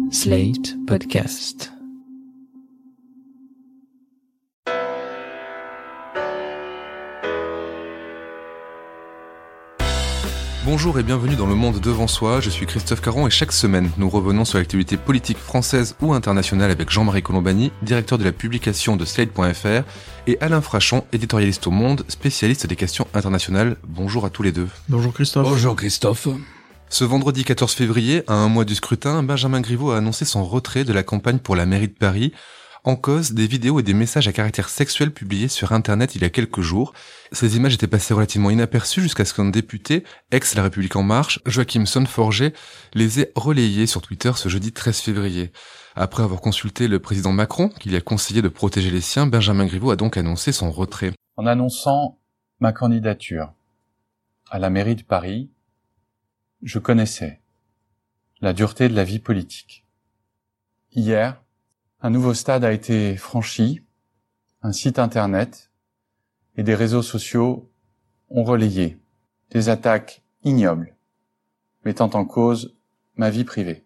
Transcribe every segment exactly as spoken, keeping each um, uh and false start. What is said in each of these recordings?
Slate Podcast. Bonjour et bienvenue dans Le Monde Devant Soi, je suis Christophe Caron et chaque semaine nous revenons sur l'actualité politique française ou internationale avec Jean-Marie Colombani, directeur de la publication de Slate point F R, et Alain Frachon, éditorialiste au Monde, spécialiste des questions internationales. Bonjour à tous les deux. Bonjour Christophe. Bonjour Christophe. Ce vendredi quatorze février, à un mois du scrutin, Benjamin Griveaux a annoncé son retrait de la campagne pour la mairie de Paris. En cause, des vidéos et des messages à caractère sexuel publiés sur Internet il y a quelques jours. Ces images étaient passées relativement inaperçues jusqu'à ce qu'un député, ex-La République En Marche, Joachim Son-Forget, les ait relayées sur Twitter ce jeudi treize février. Après avoir consulté le président Macron, qui lui a conseillé de protéger les siens, Benjamin Griveaux a donc annoncé son retrait. En annonçant ma candidature à la mairie de Paris, je connaissais la dureté de la vie politique. Hier, un nouveau stade a été franchi, un site internet et des réseaux sociaux ont relayé des attaques ignobles, mettant en cause ma vie privée.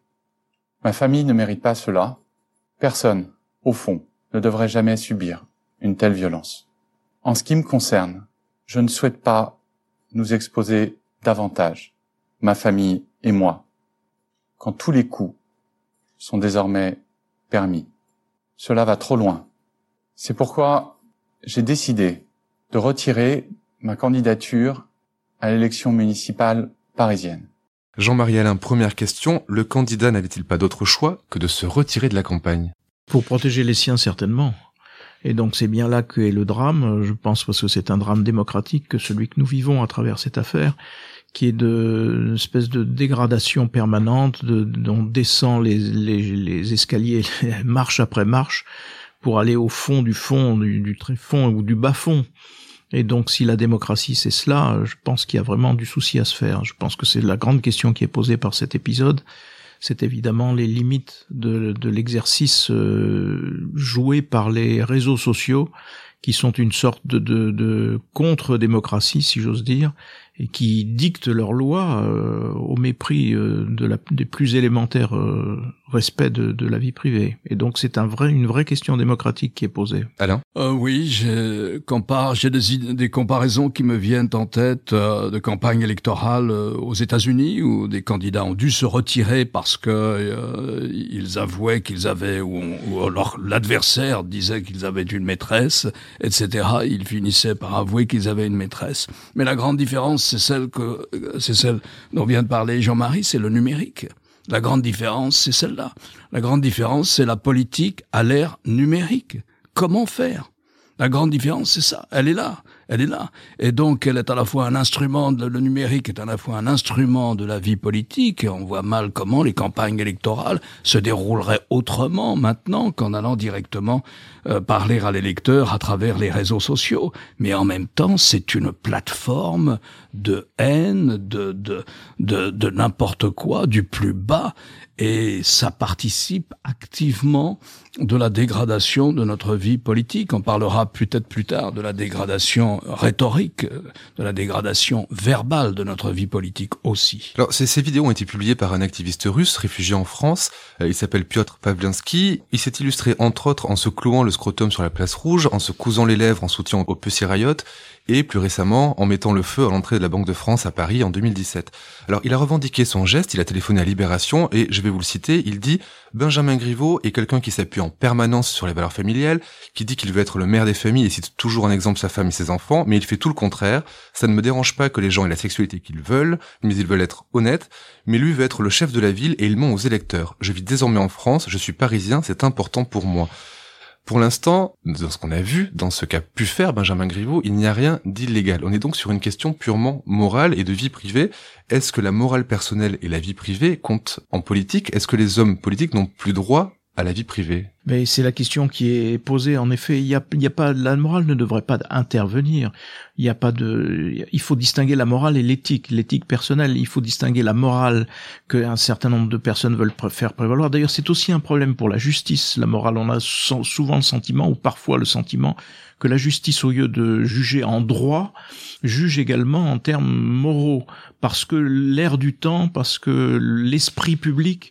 Ma famille ne mérite pas cela. Personne, au fond, ne devrait jamais subir une telle violence. En ce qui me concerne, je ne souhaite pas nous exposer davantage, ma famille et moi, quand tous les coups sont désormais permis. Cela va trop loin. C'est pourquoi j'ai décidé de retirer ma candidature à l'élection municipale parisienne. Jean-Marie Alain, première question, le candidat n'avait-il pas d'autre choix que de se retirer de la campagne ? Pour protéger les siens, certainement. Et donc c'est bien là qu'est le drame, je pense, parce que c'est un drame démocratique que celui que nous vivons à travers cette affaire, qui est de une espèce de dégradation permanente, de, dont descend les, les, les escaliers marche après marche pour aller au fond du fond, du, du très fond ou du bas fond. Et donc si la démocratie c'est cela, je pense qu'il y a vraiment du souci à se faire. Je pense que c'est la grande question qui est posée par cet épisode. C'est évidemment les limites de, de l'exercice euh, joué par les réseaux sociaux, qui sont une sorte de, de, de contre-démocratie, si j'ose dire, et qui dictent leurs lois euh, au mépris euh, de la, des plus élémentaires euh, respects de, de la vie privée. Et donc c'est un vrai, une vraie question démocratique qui est posée. Alain ? euh, Oui, j'ai, compare, j'ai des, des comparaisons qui me viennent en tête euh, de campagnes électorales euh, aux États-Unis où des candidats ont dû se retirer parce que euh, ils avouaient qu'ils avaient, ou, ou leur, l'adversaire disait qu'ils avaient une maîtresse, et cetera. Ils finissaient par avouer qu'ils avaient une maîtresse. Mais la grande différence, c'est celle que, c'est celle dont vient de parler Jean-Marie, c'est le numérique. La grande différence, c'est celle-là. La grande différence, c'est la politique à l'ère numérique. Comment faire ? La grande différence, c'est ça. Elle est là. Elle est là. Et donc, elle est à la fois un instrument, de, le numérique est à la fois un instrument de la vie politique, et on voit mal comment les campagnes électorales se dérouleraient autrement maintenant qu'en allant directement euh, parler à l'électeur à travers les réseaux sociaux. Mais en même temps, c'est une plateforme de haine, de, de, de, de n'importe quoi, du plus bas, et ça participe activement de la dégradation de notre vie politique. On parlera peut-être plus tard de la dégradation rhétorique, de la dégradation verbale de notre vie politique aussi. Alors, ces, ces vidéos ont été publiées par un activiste russe réfugié en France. Euh, il s'appelle Piotr Pawlianski. Il s'est illustré entre autres en se clouant le scrotum sur la place rouge, en se cousant les lèvres en soutien au Pussy Riot, et plus récemment en mettant le feu à l'entrée de la Banque de France à Paris en deux mille dix-sept. Alors, il a revendiqué son geste, il a téléphoné à Libération, et je vais vous le citer, il dit « Benjamin Griveaux est quelqu'un qui s'appuie en permanence sur les valeurs familiales, qui dit qu'il veut être le maire des familles et cite toujours en exemple sa femme et ses enfants, mais il fait tout le contraire. Ça ne me dérange pas que les gens aient la sexualité qu'ils veulent, mais ils veulent être honnêtes. Mais lui veut être le chef de la ville et il ment aux électeurs. Je vis désormais en France, je suis parisien, c'est important pour moi. » Pour l'instant, dans ce qu'on a vu, dans ce qu'a pu faire Benjamin Griveaux, il n'y a rien d'illégal. On est donc sur une question purement morale et de vie privée. Est-ce que la morale personnelle et la vie privée comptent en politique ? Est-ce que les hommes politiques n'ont plus droit à la vie privée ? Mais c'est la question qui est posée. En effet, il y a, il y a pas, la morale ne devrait pas intervenir. Il y a pas de, il faut distinguer la morale et l'éthique, l'éthique personnelle. Il faut distinguer la morale qu'un certain nombre de personnes veulent faire prévaloir. D'ailleurs, c'est aussi un problème pour la justice. La morale, on a souvent le sentiment, ou parfois le sentiment, que la justice, au lieu de juger en droit, juge également en termes moraux. Parce que l'air du temps, parce que l'esprit public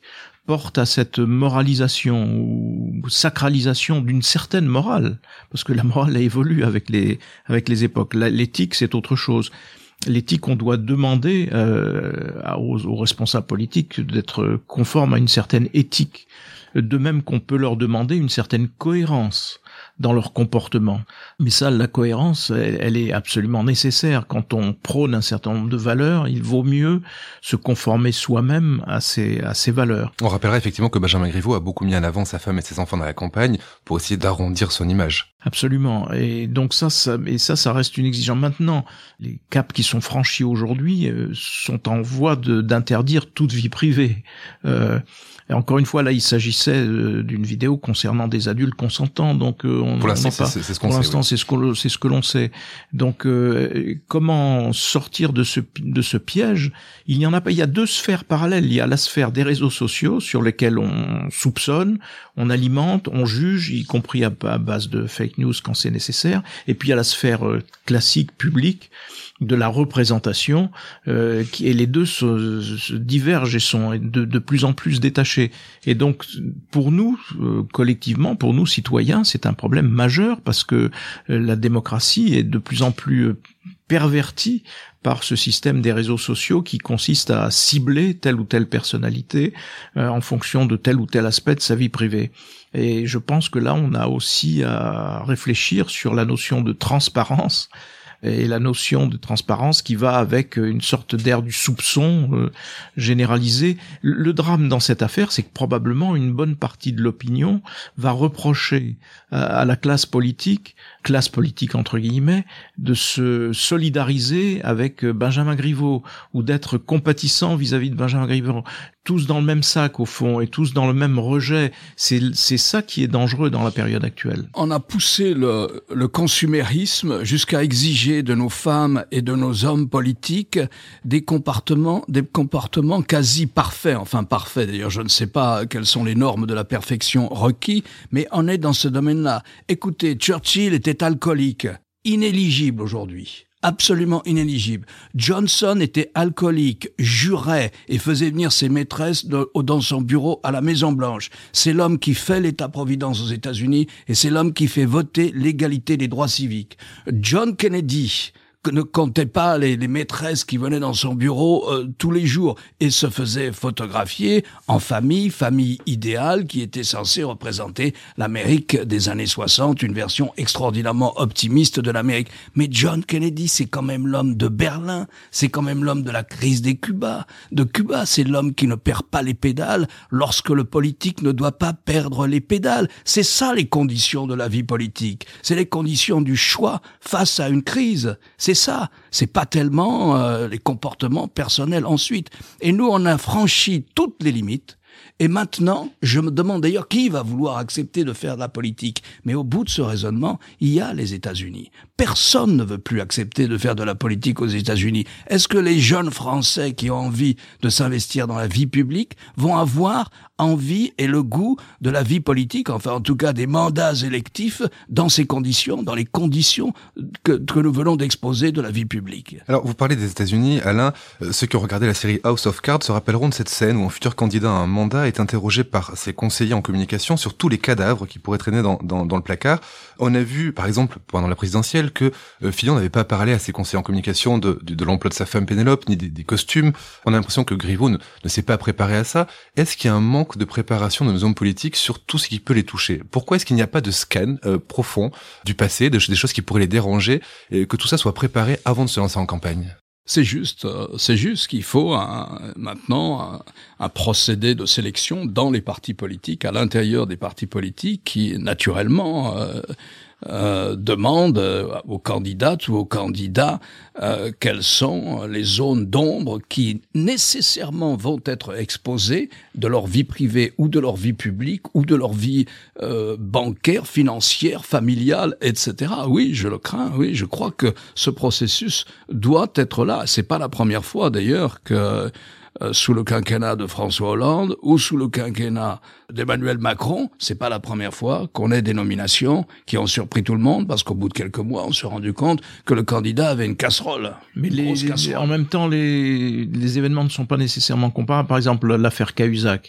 porte à cette moralisation ou sacralisation d'une certaine morale, parce que la morale a évolué avec les avec les époques. L'éthique, c'est autre chose. L'éthique, on doit demander euh, aux, aux responsables politiques d'être conformes à une certaine éthique, de même qu'on peut leur demander une certaine cohérence dans leur comportement. Mais ça, la cohérence, elle, elle est absolument nécessaire. Quand on prône un certain nombre de valeurs, il vaut mieux se conformer soi-même à ces, à ces valeurs. On rappellera effectivement que Benjamin Griveaux a beaucoup mis en avant sa femme et ses enfants dans la campagne pour essayer d'arrondir son image. Absolument. Et donc ça, ça, et ça, ça reste une exigence. Maintenant, les caps qui sont franchis aujourd'hui euh, sont en voie de, d'interdire toute vie privée. Euh, Et encore une fois, là, il s'agissait euh, d'une vidéo concernant des adultes consentants, donc euh, on, pour l'instant, on pas, c'est, c'est ce qu'on pour sait. l'instant, Oui. c'est ce que c'est ce que l'on sait. Donc, euh, comment sortir de ce de ce piège? Il y en a pas. Il y a deux sphères parallèles. Il y a la sphère des réseaux sociaux sur lesquels on soupçonne, on alimente, on juge, y compris à, à base de fake news quand c'est nécessaire. Et puis il y a la sphère euh, classique publique de la représentation, euh, qui, et les deux se, se divergent et sont de, de plus en plus détachés. Et donc, pour nous, euh, collectivement, pour nous, citoyens, c'est un problème majeur parce que euh, la démocratie est de plus en plus euh, pervertie par ce système des réseaux sociaux qui consiste à cibler telle ou telle personnalité euh, en fonction de tel ou tel aspect de sa vie privée. Et je pense que là, on a aussi à réfléchir sur la notion de transparence et la notion de transparence qui va avec une sorte d'air du soupçon euh, généralisé. Le drame dans cette affaire, c'est que probablement une bonne partie de l'opinion va reprocher à, à la classe politique, classe politique entre guillemets, de se solidariser avec Benjamin Griveaux ou d'être compatissant vis-à-vis de Benjamin Griveaux. Tous dans le même sac au fond et tous dans le même rejet. C'est, c'est ça qui est dangereux dans la période actuelle. On a poussé le, le consumérisme jusqu'à exiger de nos femmes et de nos hommes politiques des comportements, des comportements quasi parfaits. Enfin parfaits d'ailleurs, je ne sais pas quelles sont les normes de la perfection requis, mais on est dans ce domaine-là. Écoutez, Churchill était alcoolique, inéligible aujourd'hui. Absolument inéligible. Johnson était alcoolique, jurait et faisait venir ses maîtresses de, dans son bureau à la Maison-Blanche. C'est l'homme qui fait l'État-providence aux États-Unis et c'est l'homme qui fait voter l'égalité des droits civiques. John Kennedy ne comptait pas les, les maîtresses qui venaient dans son bureau euh, tous les jours et se faisait photographier en famille, famille idéale qui était censée représenter l'Amérique des années soixante, une version extraordinairement optimiste de l'Amérique. Mais John Kennedy, c'est quand même l'homme de Berlin, c'est quand même l'homme de la crise des Cuba. De Cuba, c'est l'homme qui ne perd pas les pédales lorsque le politique ne doit pas perdre les pédales. C'est ça les conditions de la vie politique. C'est les conditions du choix face à une crise. C'est ça, c'est pas tellement euh, les comportements personnels ensuite. Et nous, on a franchi toutes les limites. Et maintenant, je me demande d'ailleurs qui va vouloir accepter de faire de la politique. Mais au bout de ce raisonnement, il y a les États-Unis. Personne ne veut plus accepter de faire de la politique aux États-Unis. Est-ce que les jeunes Français qui ont envie de s'investir dans la vie publique vont avoir envie et le goût de la vie politique, enfin en tout cas des mandats électifs, dans ces conditions, dans les conditions que, que nous venons d'exposer de la vie publique? Alors, vous parlez des États-Unis, Alain. Euh, ceux qui ont regardé la série House of Cards se rappelleront de cette scène où un futur candidat à un mandat est interrogé par ses conseillers en communication sur tous les cadavres qui pourraient traîner dans, dans, dans le placard. On a vu, par exemple, pendant la présidentielle, que euh, Fillon n'avait pas parlé à ses conseillers en communication de, de, de l'emploi de sa femme Pénélope, ni des, des costumes. On a l'impression que Griveaux ne, ne s'est pas préparé à ça. Est-ce qu'il y a un manque de préparation de nos hommes politiques sur tout ce qui peut les toucher? Pourquoi est-ce qu'il n'y a pas de scan euh, profond du passé, de, des choses qui pourraient les déranger, et que tout ça soit préparé avant de se lancer en campagne? C'est juste, c'est juste qu'il faut un, maintenant un, un procédé de sélection dans les partis politiques, à l'intérieur des partis politiques, qui naturellement euh, euh, demande aux candidates ou aux candidats euh, quelles sont les zones d'ombre qui nécessairement vont être exposées de leur vie privée ou de leur vie publique ou de leur vie euh, bancaire, financière, familiale, et cetera. Oui, je le crains. Oui, je crois que ce processus doit être là. C'est pas la première fois d'ailleurs que Euh, sous le quinquennat de François Hollande ou sous le quinquennat d'Emmanuel Macron, c'est pas la première fois qu'on ait des nominations qui ont surpris tout le monde parce qu'au bout de quelques mois, on s'est rendu compte que le candidat avait une casserole. Mais une les, grosse casserole. en même temps, les, les événements ne sont pas nécessairement comparables. Par exemple, l'affaire Cahuzac.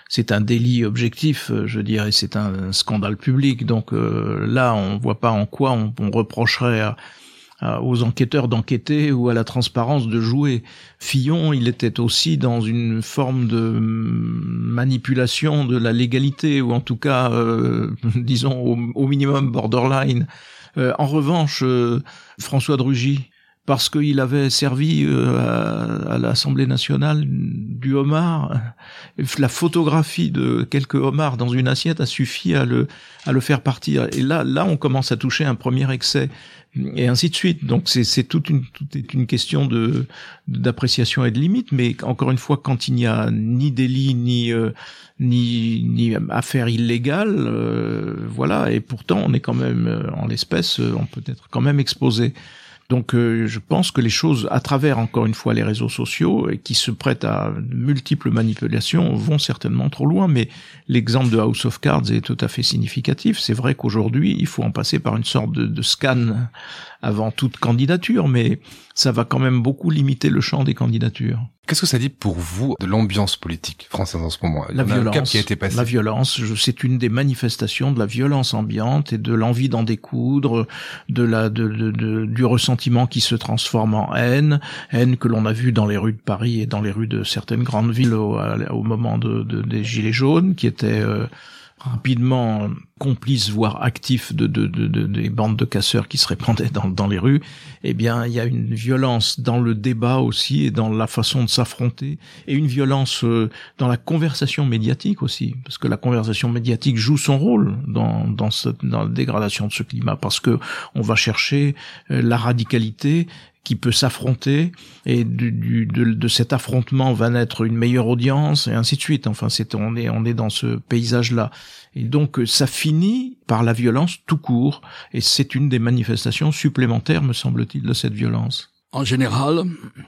c'est un délit objectif, je dirais, c'est un scandale public. Donc euh, là, on voit pas en quoi on, on reprocherait à, à, aux enquêteurs d'enquêter ou à la transparence de jouer. Fillon, il était aussi dans une forme de manipulation de la légalité, ou en tout cas, euh, disons, au, au minimum borderline. Euh, en revanche, euh, François de Rugy, parce qu'il avait servi euh, à, à l'Assemblée nationale du homard, la photographie de quelques homards dans une assiette a suffi à le à le faire partir. Et là, là, on commence à toucher un premier excès, et ainsi de suite. Donc c'est c'est toute une toute est une question de d'appréciation et de limite. Mais encore une fois, quand il n'y a ni délit ni euh, ni ni affaire illégale, euh, voilà. Et pourtant, on est quand même euh, en l'espèce, euh, on peut être quand même exposé. Donc euh, je pense que les choses, à travers encore une fois les réseaux sociaux, et qui se prêtent à multiples manipulations, vont certainement trop loin. Mais l'exemple de House of Cards est tout à fait significatif. C'est vrai qu'aujourd'hui, il faut en passer par une sorte de, de scan avant toute candidature, mais ça va quand même beaucoup limiter le champ des candidatures. Qu'est-ce que ça dit pour vous de l'ambiance politique française en ce moment? Il y La en a violence, un cap qui a été passé. La violence, je, c'est une des manifestations de la violence ambiante et de l'envie d'en découdre, de la, de, de, de, du ressentiment qui se transforme en haine, haine que l'on a vue dans les rues de Paris et dans les rues de certaines grandes villes au, au moment de, de, des Gilets jaunes, qui étaient euh, rapidement complices, voire actifs de, de, de, de, des bandes de casseurs qui se répandaient dans, dans les rues. Eh bien, il y a une violence dans le débat aussi, et dans la façon de s'affronter, et une violence euh, dans la conversation médiatique aussi, parce que la conversation médiatique joue son rôle dans, dans, ce, dans la dégradation de ce climat, parce que on va chercher euh, la radicalité qui peut s'affronter, et du, du, de, de cet affrontement va naître une meilleure audience, et ainsi de suite. Enfin, c'est, on est, on est dans ce paysage-là. Et donc, ça finit par la violence tout court, et c'est une des manifestations supplémentaires, me semble-t-il, de cette violence. En général,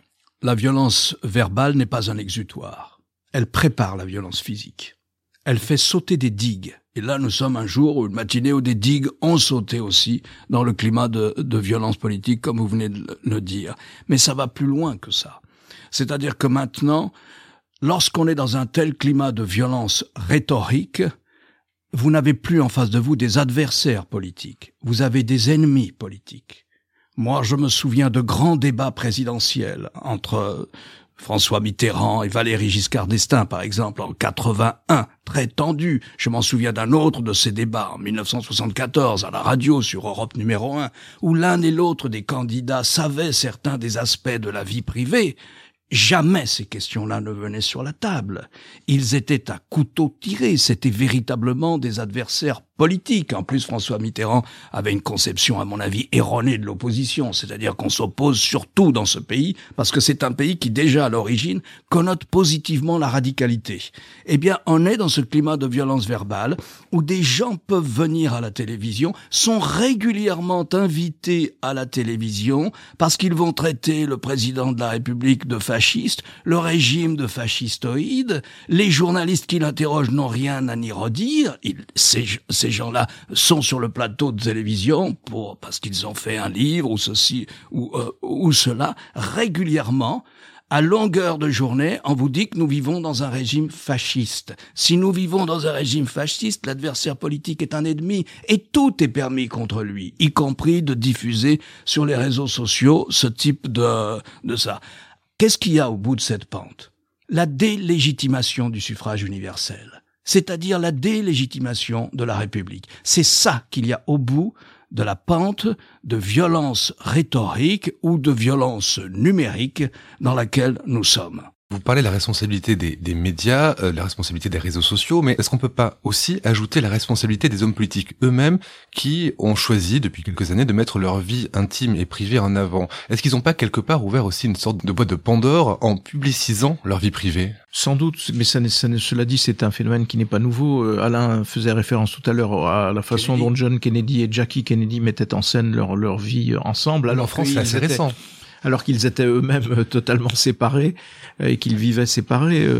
la violence verbale n'est pas un exutoire. Elle prépare la violence physique. Elle fait sauter des digues. Et là, nous sommes un jour ou une matinée où des digues ont sauté aussi dans le climat de, de violence politique, comme vous venez de le dire. Mais ça va plus loin que ça. C'est-à-dire que maintenant, lorsqu'on est dans un tel climat de violence rhétorique, vous n'avez plus en face de vous des adversaires politiques. Vous avez des ennemis politiques. Moi, je me souviens de grands débats présidentiels entre François Mitterrand et Valéry Giscard d'Estaing, par exemple, en quatre-vingt-un, très tendu. Je m'en souviens d'un autre de ces débats, en mille neuf cent soixante-quatorze, à la radio, sur Europe numéro un, où l'un et l'autre des candidats savaient certains des aspects de la vie privée. Jamais ces questions-là ne venaient sur la table. Ils étaient à couteau tiré, c'était véritablement des adversaires politique. En plus, François Mitterrand avait une conception, à mon avis, erronée de l'opposition. C'est-à-dire qu'on s'oppose surtout dans ce pays parce que c'est un pays qui, déjà à l'origine, connote positivement la radicalité. Eh bien, on est dans ce climat de violence verbale où des gens peuvent venir à la télévision, sont régulièrement invités à la télévision parce qu'ils vont traiter le président de la République de fasciste, le régime de fascistoïde. Les journalistes qui l'interrogent n'ont rien à n'y redire. Ils, ces, ces Ces gens-là sont sur le plateau de télévision pour parce qu'ils ont fait un livre ou ceci ou euh, ou cela régulièrement. À longueur de journée, on vous dit que nous vivons dans un régime fasciste. Si nous vivons dans un régime fasciste, l'adversaire politique est un ennemi et tout est permis contre lui, y compris de diffuser sur les réseaux sociaux ce type de de ça. Qu'est-ce qu'il y a au bout de cette pente? La délégitimation du suffrage universel. C'est-à-dire la délégitimation de la République. C'est ça qu'il y a au bout de la pente de violence rhétorique ou de violence numérique dans laquelle nous sommes. Vous parlez de la responsabilité des, des médias, euh, la responsabilité des réseaux sociaux, mais est-ce qu'on peut pas aussi ajouter la responsabilité des hommes politiques eux-mêmes qui ont choisi depuis quelques années de mettre leur vie intime et privée en avant? Est-ce qu'ils n'ont pas quelque part ouvert aussi une sorte de boîte de Pandore en publicisant leur vie privée? Sans doute, mais ça, ça, cela dit, c'est un phénomène qui n'est pas nouveau. Euh, Alain faisait référence tout à l'heure à la façon Kennedy. dont John Kennedy et Jackie Kennedy mettaient en scène leur, leur vie ensemble. Alors en France, c'est assez récent. Alors qu'ils étaient eux-mêmes totalement séparés et qu'ils vivaient séparés.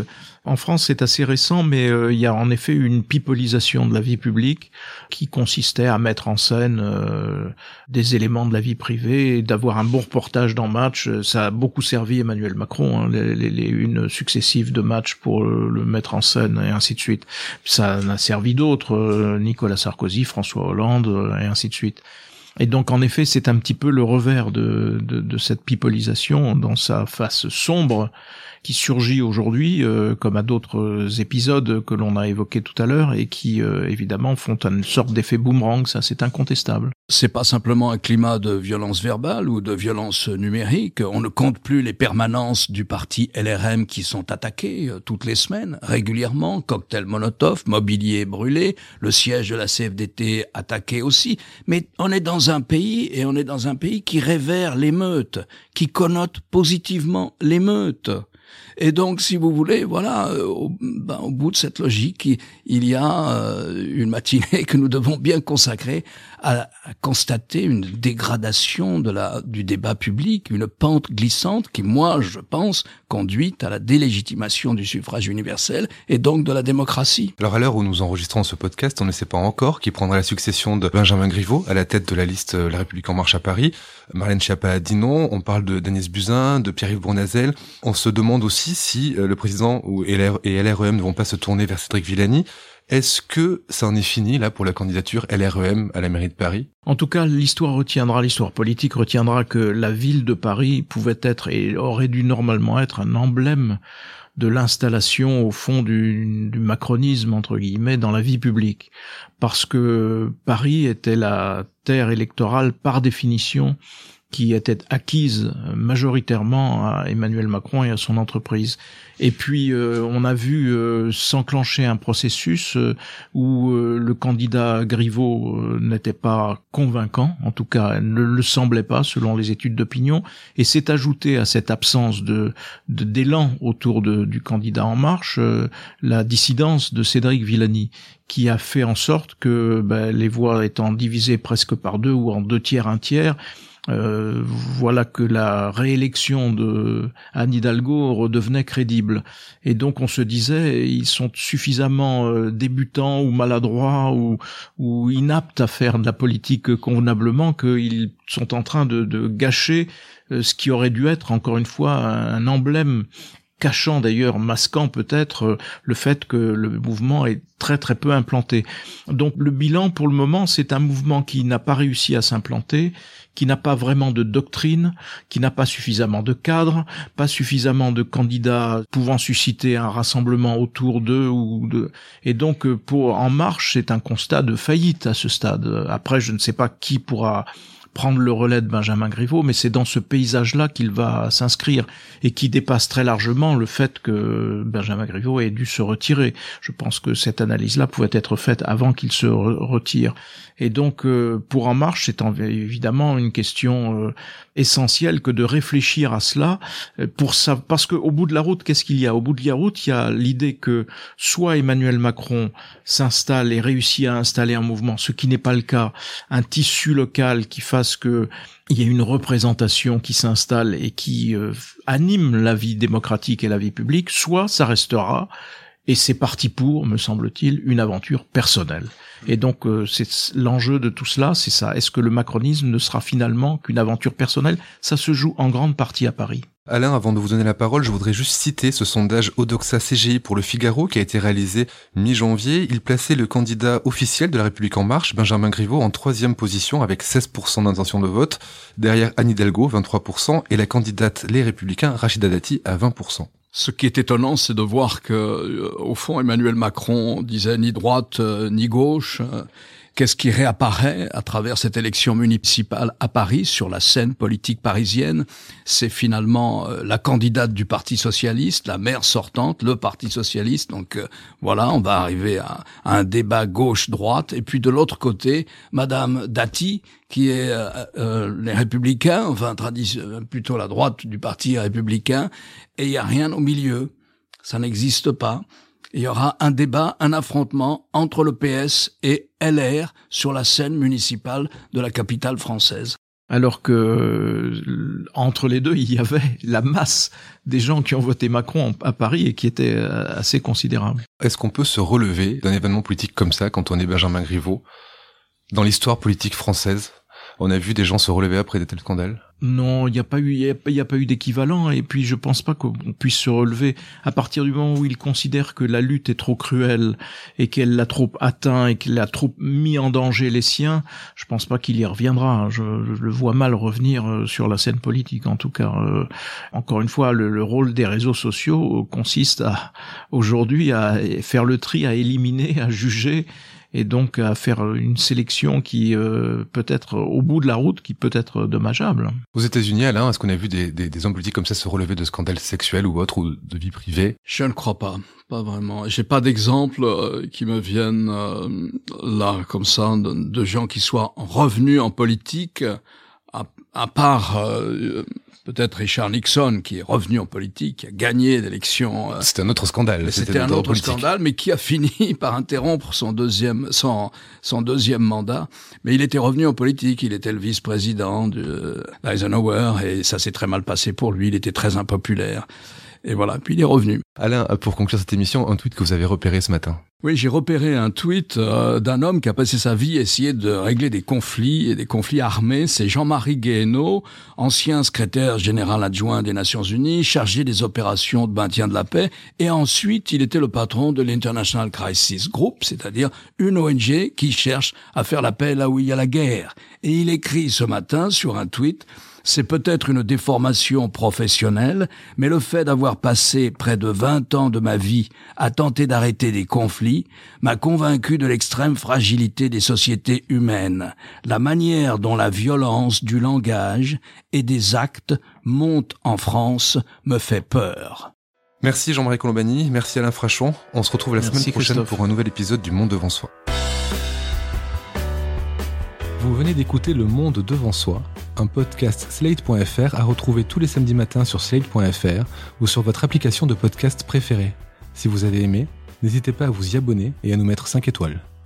En France, c'est assez récent, mais euh, il y a en effet une pipolisation de la vie publique qui consistait à mettre en scène euh, des éléments de la vie privée et d'avoir un bon reportage dans Match. Ça a beaucoup servi Emmanuel Macron, hein, les, les, les unes successives de Match pour le, le mettre en scène et ainsi de suite. Ça en a servi d'autres, euh, Nicolas Sarkozy, François Hollande euh, et ainsi de suite. Et donc, en effet, c'est un petit peu le revers de, de, de cette pipolisation dans sa face sombre qui surgit aujourd'hui, euh, comme à d'autres épisodes que l'on a évoqués tout à l'heure, et qui, euh, évidemment, font une sorte d'effet boomerang, ça c'est incontestable. C'est pas simplement un climat de violence verbale ou de violence numérique. On ne compte plus les permanences du parti L R M qui sont attaquées euh, toutes les semaines, régulièrement, cocktail Molotov, mobilier brûlé, le siège de la C F D T attaqué aussi. Mais on est dans un pays, et on est dans un pays qui révère l'émeute, qui connote positivement l'émeute. Et donc, si vous voulez, voilà, au, ben, au bout de cette logique, il, il y a euh, une matinée que nous devons bien consacrer à, à constater une dégradation de la du débat public, une pente glissante qui, moi, je pense, conduit à la délégitimation du suffrage universel et donc de la démocratie. Alors, à l'heure où nous enregistrons ce podcast, on ne sait pas encore qui prendra la succession de Benjamin Griveaux à la tête de la liste La République En Marche à Paris. Marlène Schiappa a dit non. On parle de d'Agnès Buzyn, de Pierre-Yves Bournazel. On se demande aussi si le président ou et L R E M ne vont pas se tourner vers Cédric Villani. Est-ce que ça en est fini, là, pour la candidature L R E M à la mairie de Paris? En tout cas, l'histoire retiendra, l'histoire politique retiendra que la ville de Paris pouvait être et aurait dû normalement être un emblème de l'installation au fond du, du macronisme, entre guillemets, dans la vie publique. Parce que Paris était la terre électorale par définition qui était acquise majoritairement à Emmanuel Macron et à son entreprise. Et puis, euh, on a vu euh, s'enclencher un processus euh, où euh, le candidat Griveaux euh, n'était pas convaincant, en tout cas, ne le semblait pas selon les études d'opinion, et s'est ajouté à cette absence de, de d'élan autour de, du candidat En Marche euh, la dissidence de Cédric Villani, qui a fait en sorte que ben, les voix étant divisées presque par deux ou en deux tiers, un tiers, Euh, voilà que la réélection de Anne Hidalgo redevenait crédible. Et donc on se disait, ils sont suffisamment euh, débutants ou maladroits ou, ou inaptes à faire de la politique convenablement qu'ils sont en train de, de gâcher euh, ce qui aurait dû être, encore une fois, un, un emblème cachant d'ailleurs, masquant peut-être le fait que le mouvement est très très peu implanté. Donc le bilan pour le moment, c'est un mouvement qui n'a pas réussi à s'implanter, qui n'a pas vraiment de doctrine, qui n'a pas suffisamment de cadres, pas suffisamment de candidats pouvant susciter un rassemblement autour d'eux ou de. Et donc pour En Marche, c'est un constat de faillite à ce stade. Après, je ne sais pas qui pourra prendre le relais de Benjamin Griveaux, mais c'est dans ce paysage-là qu'il va s'inscrire et qui dépasse très largement le fait que Benjamin Griveaux ait dû se retirer. Je pense que cette analyse-là pouvait être faite avant qu'il se re- retire. Et donc, euh, pour En Marche, c'est en, évidemment une question euh, essentielle que de réfléchir à cela, euh, pour ça, parce que au bout de la route, qu'est-ce qu'il y a? Au bout de la route, il y a l'idée que soit Emmanuel Macron s'installe et réussit à installer un mouvement, ce qui n'est pas le cas, un tissu local qui fasse que il y a une représentation qui s'installe et qui euh, anime la vie démocratique et la vie publique, soit ça restera, et c'est parti pour, me semble-t-il, une aventure personnelle. Et donc, euh, c'est l'enjeu de tout cela, c'est ça. Est-ce que le macronisme ne sera finalement qu'une aventure personnelle? Ça se joue en grande partie à Paris. Alain, avant de vous donner la parole, je voudrais juste citer ce sondage Odoxa C G I pour le Figaro qui a été réalisé mi-janvier. Il plaçait le candidat officiel de La République En Marche, Benjamin Griveaux, en troisième position avec seize pour cent d'intention de vote, derrière Anne Hidalgo, vingt-trois pour cent, et la candidate Les Républicains, Rachida Dati, à vingt pour cent. Ce qui est étonnant, c'est de voir que, euh, au fond, Emmanuel Macron disait ni droite euh, ni gauche. Euh, Qu'est-ce qui réapparaît à travers cette élection municipale à Paris, sur la scène politique parisienne? C'est finalement euh, la candidate du Parti socialiste, la maire sortante, le Parti socialiste. Donc euh, voilà, on va arriver à, à un débat gauche-droite. Et puis de l'autre côté, Madame Dati, qui est euh, euh, les Républicains, enfin tradition, plutôt la droite du Parti républicain. Et il n'y a rien au milieu. Ça n'existe pas. Il y aura un débat, un affrontement entre le P S et L R sur la scène municipale de la capitale française. Alors que entre les deux, il y avait la masse des gens qui ont voté Macron à Paris et qui était assez considérable. Est-ce qu'on peut se relever d'un événement politique comme ça quand on est Benjamin Griveaux? Dans l'histoire politique française, on a vu des gens se relever après de tels scandales? Non, il n'y a pas eu, il y a, il y a pas eu d'équivalent, et puis je pense pas qu'on puisse se relever à partir du moment où il considère que la lutte est trop cruelle et qu'elle l'a trop atteint et qu'elle a trop mis en danger les siens. Je pense pas qu'il y reviendra. Je, je le vois mal revenir sur la scène politique, en tout cas. Euh, encore une fois, le, le rôle des réseaux sociaux consiste à aujourd'hui à faire le tri, à éliminer, à juger, et donc à faire une sélection qui euh, peut être au bout de la route, qui peut être dommageable. Aux États-Unis, Alain, est-ce qu'on a vu des, des, des hommes politiques comme ça se relever de scandales sexuels ou autres, ou de vie privée? Je ne crois pas, pas vraiment. J'ai pas d'exemple euh, qui me viennent euh, là comme ça de, de gens qui soient revenus en politique, à, à part euh, peut-être Richard Nixon qui est revenu en politique, qui a gagné l'élection. Euh, C'était un autre scandale. C'était, c'était un autre politique. scandale, mais qui a fini par interrompre son deuxième, son, son deuxième mandat. Mais il était revenu en politique. Il était le vice-président de d'Eisenhower et ça s'est très mal passé pour lui. Il était très impopulaire. Et voilà. Puis il est revenu. Alain, pour conclure cette émission, un tweet que vous avez repéré ce matin. Oui, j'ai repéré un tweet euh, d'un homme qui a passé sa vie à essayer de régler des conflits et des conflits armés. C'est Jean-Marie Guéhenno, ancien secrétaire général adjoint des Nations Unies, chargé des opérations de maintien de la paix. Et ensuite, il était le patron de l'International Crisis Group, c'est-à-dire une O N G qui cherche à faire la paix là où il y a la guerre. Et il écrit ce matin sur un tweet: c'est peut-être une déformation professionnelle, mais le fait d'avoir passé près de vingt ans de ma vie à tenter d'arrêter des conflits m'a convaincu de l'extrême fragilité des sociétés humaines. La manière dont la violence du langage et des actes monte en France me fait peur. Merci Jean-Marie Colombani, merci Alain Frachon. On se retrouve la merci semaine prochaine Christophe. pour un nouvel épisode du Monde devant soi. Vous venez d'écouter Le Monde devant soi, un podcast slate point f r à retrouver tous les samedis matins sur slate point f r ou sur votre application de podcast préférée. Si vous avez aimé, n'hésitez pas à vous y abonner et à nous mettre cinq étoiles.